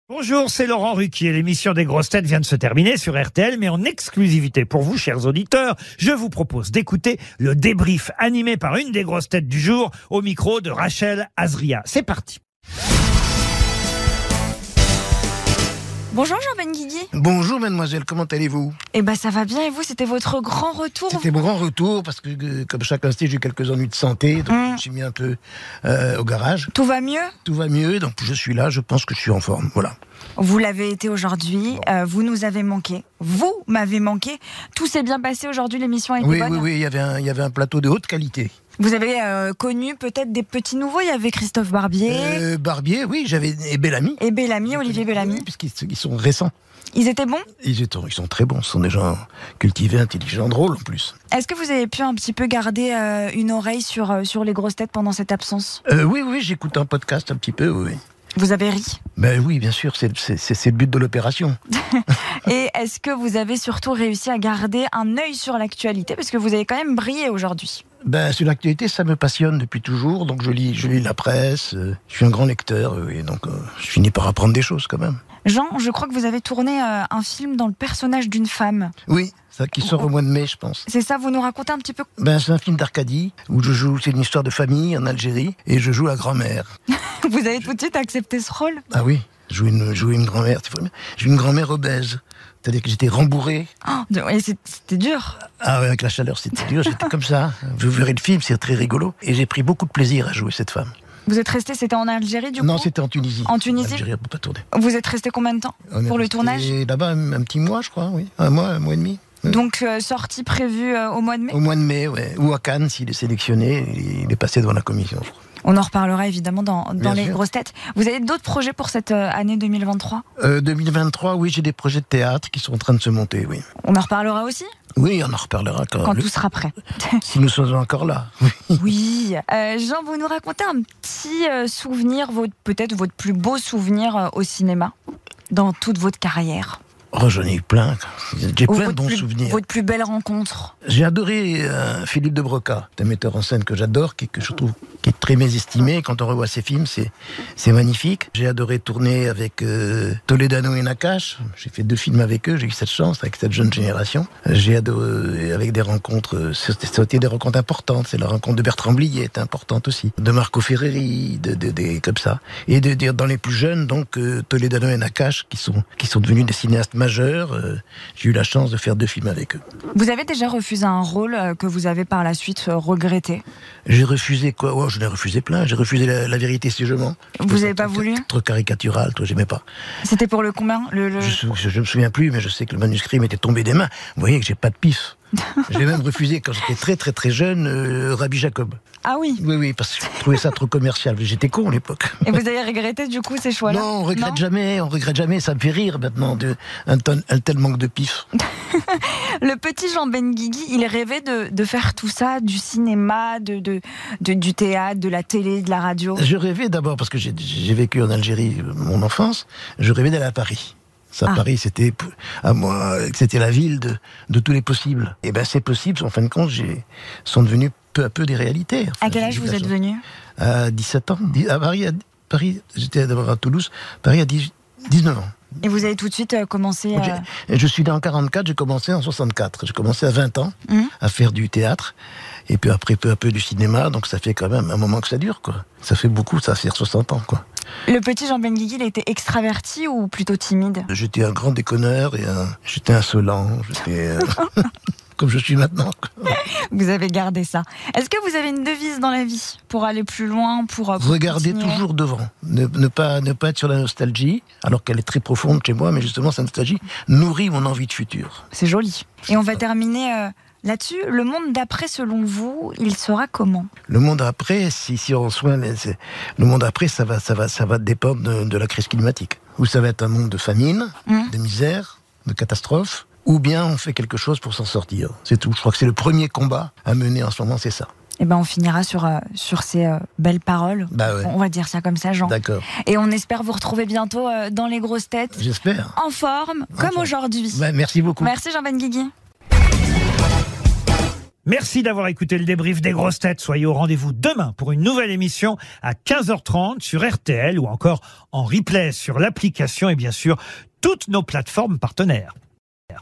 Bonjour, c'est Laurent Ruquier. L'émission des grosses têtes vient de se terminer sur RTL, mais en exclusivité pour vous, chers auditeurs, je vous propose d'écouter le débrief animé par une des grosses têtes du jour au micro de Rachel Azria. C'est parti. Bonjour Jean Benguigui. Bonjour mademoiselle, comment allez-vous? Eh ben ça va bien et vous, c'était votre grand retour? C'était mon grand retour parce que comme chacun sait, j'ai eu quelques ennuis de santé, donc je me suis mis un peu au garage. Tout va mieux? Tout va mieux, donc je suis là, je pense que je suis en forme, voilà. Vous l'avez été aujourd'hui, vous nous avez manqué, vous m'avez manqué. Tout s'est bien passé aujourd'hui, l'émission a été bonne? Oui, il y avait un plateau de haute qualité. Vous avez connu peut-être des petits nouveaux, il y avait Christophe Barbier. Barbier, oui, et Bellamy. Et Bellamy, Olivier Bellamy. Oui, puisqu'ils sont récents. Ils étaient bons? Ils sont très bons, ce sont des gens cultivés, intelligents, drôles en plus. Est-ce que vous avez pu un petit peu garder une oreille sur les grosses têtes pendant cette absence? Oui, j'écoute un podcast un petit peu, oui. Vous avez ri? Ben oui, bien sûr, c'est le but de l'opération. Et est-ce que vous avez surtout réussi à garder un œil sur l'actualité? Parce que vous avez quand même brillé aujourd'hui. Ben, sur l'actualité, ça me passionne depuis toujours, donc je lis la presse, je suis un grand lecteur, et donc je finis par apprendre des choses quand même. Jean, je crois que vous avez tourné un film dans le personnage d'une femme. Oui, ça qui sort au mois de mai, je pense. C'est ça, vous nous racontez un petit peu? Ben, c'est un film d'Arcadie, où c'est une histoire de famille en Algérie, et je joue la grand-mère. Vous avez tout de suite accepté ce rôle? Ah oui, jouer une grand-mère, j'ai une grand-mère obèse. C'est-à-dire que j'étais rembourré. Et c'était dur. Ah ouais, avec la chaleur, c'était dur. J'étais comme ça. Vous verrez le film, c'est très rigolo. Et j'ai pris beaucoup de plaisir à jouer cette femme. Vous êtes resté, c'était en Algérie du coup? Non, c'était en Tunisie. En Tunisie? En Algérie, on peut pas tourner. Vous êtes resté combien de temps pour le tournage? Là-bas, un petit mois, je crois, oui. Un mois et demi. Oui. Donc, sortie prévue au mois de mai? Au mois de mai, ouais. Ou à Cannes, s'il est sélectionné, il est passé devant la commission, je crois. On en reparlera évidemment dans les grosses têtes. Vous avez d'autres projets pour cette année 2023? 2023, oui, j'ai des projets de théâtre qui sont en train de se monter, oui. On en reparlera aussi? Oui, on en reparlera quand tout sera prêt. Si nous sommes encore là. Oui. Jean, vous nous racontez un petit souvenir, peut-être votre plus beau souvenir au cinéma, dans toute votre carrière? Oh, j'en ai eu plein. J'ai plein de bons souvenirs. Votre plus belle rencontre? J'ai adoré Philippe de Broca, un metteur en scène que j'adore, que je trouve qui est très mésestimé. Quand on revoit ses films, c'est magnifique. J'ai adoré tourner avec Toledano et Nakache. J'ai fait 2 films avec eux, j'ai eu cette chance, avec cette jeune génération. J'ai adoré, avec des rencontres, c'était des rencontres importantes. C'est la rencontre de Bertrand Blier, était importante aussi. De Marco Ferreri, comme ça. Et dans les plus jeunes, donc, Toledano et Nakache, qui sont devenus des cinéastes majeurs. J'ai eu la chance de faire 2 films avec eux. Vous avez déjà refusé un rôle que vous avez par la suite regretté? J'ai refusé quoi? Oh, je l'ai refusé plein. J'ai refusé la vérité si je mens. Vous n'avez pas voulu? Trop caricatural, toi, j'aimais pas. C'était pour le combien? Je me souviens plus, mais je sais que le manuscrit m'était tombé des mains. Vous voyez que j'ai pas de pif. J'ai même refusé, quand j'étais très très très jeune, Rabbi Jacob. Ah oui? Oui, parce que je trouvais ça trop commercial. J'étais con à l'époque. Et vous avez regretté du coup ces choix-là? Non, on regrette jamais. Ça me fait rire maintenant, un tel manque de pif. Le petit Jean Benguigui, il rêvait de faire tout ça, du cinéma, du théâtre, de la télé, de la radio. Je rêvais d'abord, parce que j'ai vécu en Algérie mon enfance, je rêvais d'aller à Paris. Paris, c'était la ville de tous les possibles. Et ben c'est possible, en fin de compte, sont devenus peu à peu des réalités. Enfin, à quel âge vous êtes venu? À 17 ans. À Paris, j'étais d'abord à Toulouse. Paris à 19 ans. Et vous avez tout de suite commencé à... Je suis né en 44, j'ai commencé en 64. J'ai commencé à 20 ans à faire du théâtre. Et puis après, peu à peu du cinéma. Donc ça fait quand même un moment que ça dure, quoi. Ça fait beaucoup, ça fait 60 ans, quoi. Le petit Jean Benguigui, il était extraverti ou plutôt timide? J'étais un grand déconneur et j'étais insolent. J'étais... comme je suis maintenant. Vous avez gardé ça. Est-ce que vous avez une devise dans la vie pour aller plus loin, pour regarder toujours devant, ne pas être sur la nostalgie, alors qu'elle est très profonde chez moi, mais justement cette nostalgie nourrit mon envie de futur. C'est joli. Et on va terminer là-dessus. Le monde d'après, selon vous, il sera comment? Le monde après, si on soigne, le monde après, ça va dépendre de la crise climatique. Ou ça va être un monde de famine, de misère, de catastrophe. Ou bien on fait quelque chose pour s'en sortir. C'est tout. Je crois que c'est le premier combat à mener en ce moment, c'est ça. Eh ben on finira sur ces belles paroles. Bah ouais. On va dire ça comme ça, Jean. D'accord. Et on espère vous retrouver bientôt dans les grosses têtes. J'espère. En forme, comme aujourd'hui. Bah, merci beaucoup. Merci Jean Benguigui. Merci d'avoir écouté le débrief des grosses têtes. Soyez au rendez-vous demain pour une nouvelle émission à 15h30 sur RTL ou encore en replay sur l'application et bien sûr toutes nos plateformes partenaires.